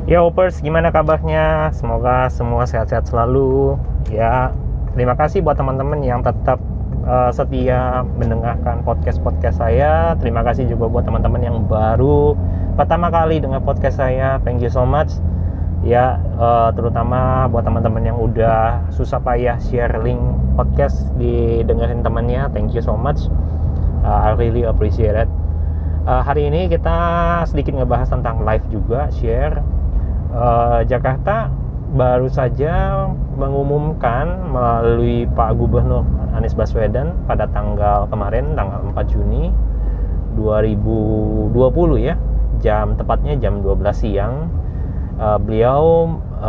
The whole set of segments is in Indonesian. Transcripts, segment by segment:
Ya Opers, gimana kabarnya? Semoga semua sehat-sehat selalu. Ya, terima kasih buat teman-teman yang tetap setia mendengarkan podcast saya. Terima kasih juga buat teman-teman yang baru pertama kali dengar podcast saya. Thank you so much. Ya, terutama buat teman-teman yang udah susah payah share link podcast didengerin temannya. Thank you so much. I really appreciate it. Hari ini kita sedikit ngebahas tentang live juga, share. Jakarta baru saja mengumumkan melalui Pak Gubernur Anies Baswedan pada tanggal 4 Juni 2020 ya, tepatnya jam 12 siang. Beliau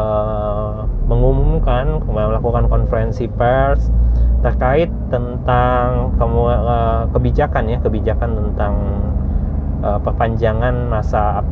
melakukan konferensi pers terkait tentang kebijakan tentang perpanjangan masa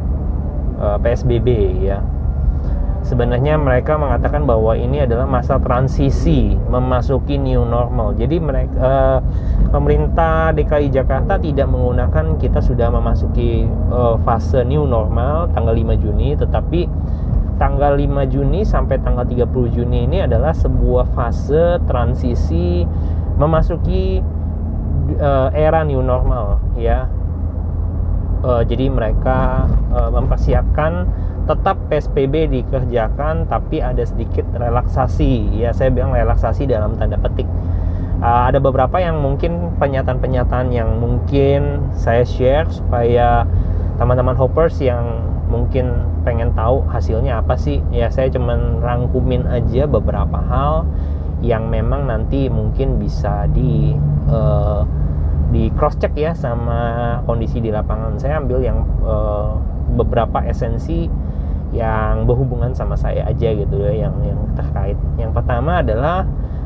PSBB ya. Sebenarnya mereka mengatakan bahwa ini adalah masa transisi memasuki new normal. Jadi pemerintah DKI Jakarta tidak menggunakan kita sudah memasuki fase new normal tanggal 5 Juni, tetapi tanggal 5 Juni sampai tanggal 30 Juni ini adalah sebuah fase transisi memasuki era new normal ya. Jadi mereka mempersiapkan tetap PSBB dikerjakan, tapi ada sedikit relaksasi ya. Saya bilang relaksasi dalam tanda petik. Ada beberapa yang mungkin pernyataan-pernyataan yang mungkin saya share supaya teman-teman hoppers yang mungkin pengen tahu hasilnya apa sih ya. Saya cuman rangkumin aja beberapa hal yang memang nanti mungkin bisa di cross check ya sama kondisi di lapangan. Saya ambil yang beberapa esensi yang berhubungan sama saya aja gitu ya, yang terkait. Yang pertama adalah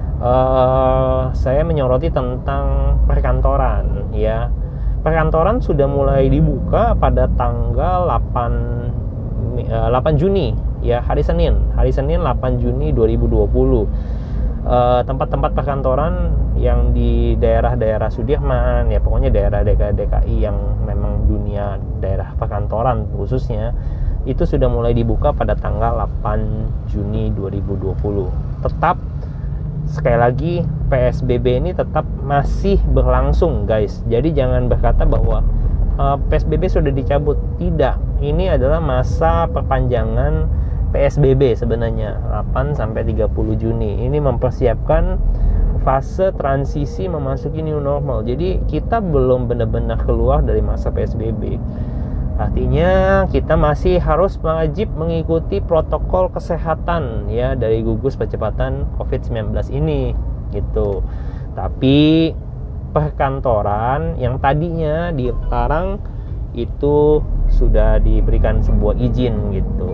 saya menyoroti tentang perkantoran ya. Perkantoran sudah mulai dibuka pada tanggal 8 Juni ya, hari Senin 8 Juni 2020. Tempat-tempat perkantoran yang di daerah-daerah Sudirman ya, pokoknya daerah DKI yang memang dunia daerah perkantoran khususnya, itu sudah mulai dibuka pada tanggal 8 Juni 2020. Tetap sekali lagi PSBB ini tetap masih berlangsung guys. Jadi jangan berkata bahwa PSBB sudah dicabut. Tidak, ini adalah masa perpanjangan PSBB sebenarnya 8 sampai 30 Juni. Ini mempersiapkan fase transisi memasuki new normal. Jadi kita belum benar-benar keluar dari masa PSBB. Artinya kita masih harus wajib mengikuti protokol kesehatan ya dari gugus percepatan COVID-19 ini gitu. Tapi perkantoran yang tadinya dilarang itu sudah diberikan sebuah izin gitu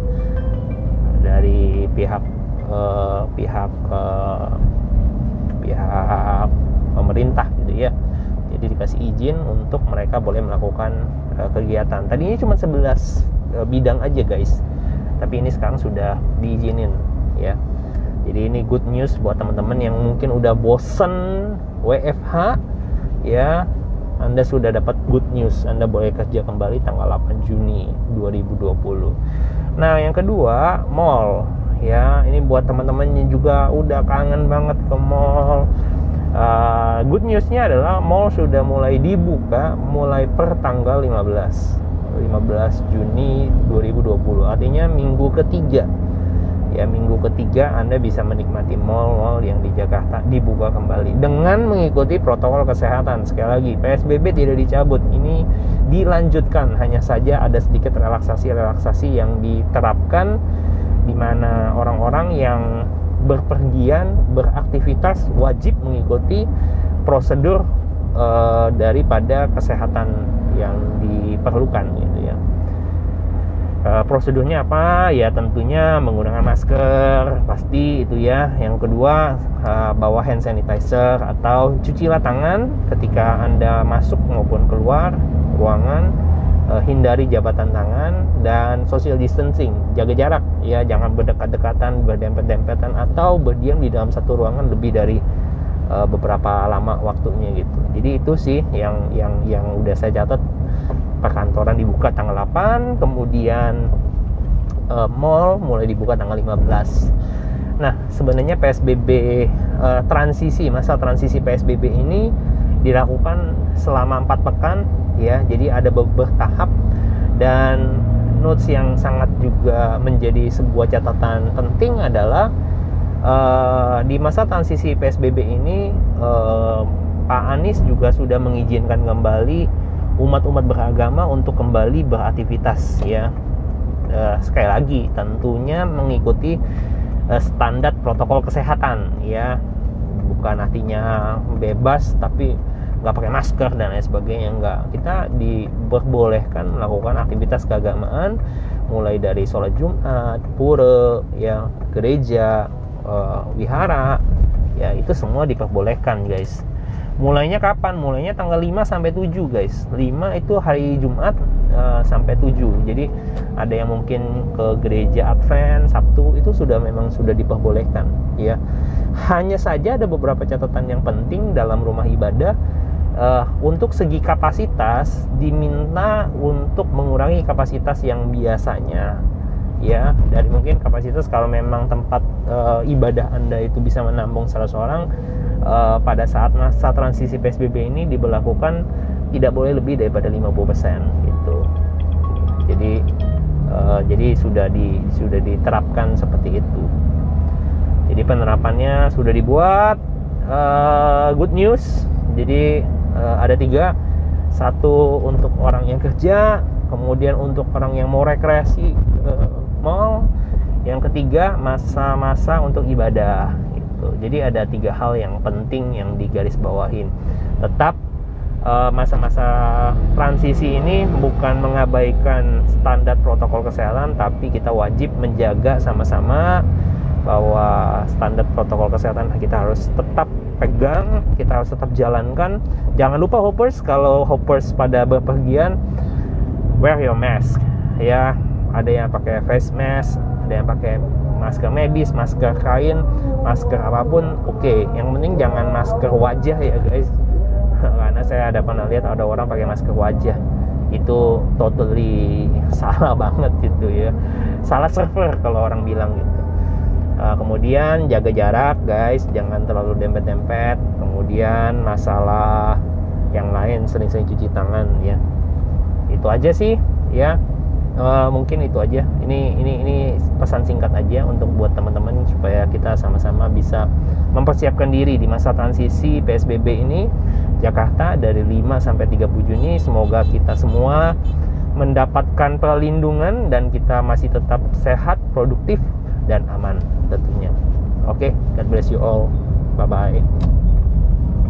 dari pihak pemerintah gitu ya. Jadi dikasih izin untuk mereka boleh melakukan kegiatan. Tadinya cuma 11 bidang aja guys, tapi ini sekarang sudah diizinin ya. Jadi ini good news buat teman-teman yang mungkin udah bosen WFH ya. Anda sudah dapat good news, Anda boleh kerja kembali tanggal 8 Juni 2020. Nah, yang kedua, mall ya. Ini buat teman-teman yang juga udah kangen banget ke mall. Good newsnya adalah mall sudah mulai dibuka mulai per tanggal 15 Juni 2020. Artinya minggu ketiga ya, minggu ketiga Anda bisa menikmati mall-mall yang di Jakarta dibuka kembali dengan mengikuti protokol kesehatan. Sekali lagi, PSBB tidak dicabut, ini dilanjutkan, hanya saja ada sedikit relaksasi yang diterapkan, di mana orang-orang yang berpergian, beraktivitas wajib mengikuti prosedur daripada kesehatan yang diperlukan gitu ya. Prosedurnya apa? Ya tentunya menggunakan masker, pasti itu ya. Yang kedua, bawa hand sanitizer atau cucilah tangan ketika Anda masuk maupun keluar ruangan. Hindari jabatan tangan dan social distancing, jaga jarak ya, jangan berdekat-dekatan, berdempet-dempetan atau berdiam di dalam satu ruangan lebih dari beberapa lama waktunya gitu. Jadi itu sih yang udah saya catat. Perkantoran dibuka tanggal 8, kemudian mall mulai dibuka tanggal 15. Nah, sebenarnya PSBB masa transisi PSBB ini dilakukan selama 4 pekan ya. Jadi ada beberapa tahap, dan notes yang sangat juga menjadi sebuah catatan penting adalah di masa transisi PSBB ini Pak Anies juga sudah mengizinkan kembali umat-umat beragama untuk kembali beraktivitas ya. Sekali lagi tentunya mengikuti standar protokol kesehatan ya, bukan artinya bebas tapi nggak pakai masker dan lain sebagainya. Enggak, kita diperbolehkan melakukan aktivitas keagamaan mulai dari sholat Jumat, pura ya, gereja, wihara ya, itu semua diperbolehkan guys. Mulainya kapan? Mulainya tanggal 5 sampai 7 guys. 5 itu hari Jumat sampai 7. Jadi ada yang mungkin ke gereja Advent Sabtu, itu memang sudah diperbolehkan ya. Hanya saja ada beberapa catatan yang penting dalam rumah ibadah. Untuk segi kapasitas diminta untuk mengurangi kapasitas yang biasanya ya, dari mungkin kapasitas kalau memang tempat ibadah Anda itu bisa menampung 100 orang, pada saat masa transisi PSBB ini diberlakukan tidak boleh lebih daripada 50% gitu. Jadi sudah diterapkan seperti itu. Jadi penerapannya sudah dibuat. Good news. Jadi ada 3. 1 untuk orang yang kerja, kemudian untuk orang yang mau rekreasi mall, yang ketiga masa-masa untuk ibadah gitu. Jadi ada 3 hal yang penting yang digarisbawahin. Tetap masa-masa transisi ini bukan mengabaikan standar protokol kesehatan, tapi kita wajib menjaga sama-sama bahwa standar protokol kesehatan kita harus tetap pegang, kita harus tetap jalankan. Jangan lupa hoppers, kalau hoppers pada bepergian, wear your mask ya. Ada yang pakai face mask, ada yang pakai masker medis, masker kain, masker apapun oke. Yang penting jangan masker wajah ya guys. Karena saya ada pernah lihat ada orang pakai masker wajah, itu totally salah banget gitu ya, salah server kalau orang bilang gitu. Kemudian jaga jarak guys, jangan terlalu dempet-dempet. Kemudian masalah yang lain, sering-sering cuci tangan ya. Itu aja sih ya. Mungkin itu aja. Ini pesan singkat aja untuk buat teman-teman supaya kita sama-sama bisa mempersiapkan diri di masa transisi PSBB ini. Jakarta dari 5 sampai 30 Juni, semoga kita semua mendapatkan perlindungan dan kita masih tetap sehat, produktif dan aman tentunya. Oke, God bless you all. Bye bye.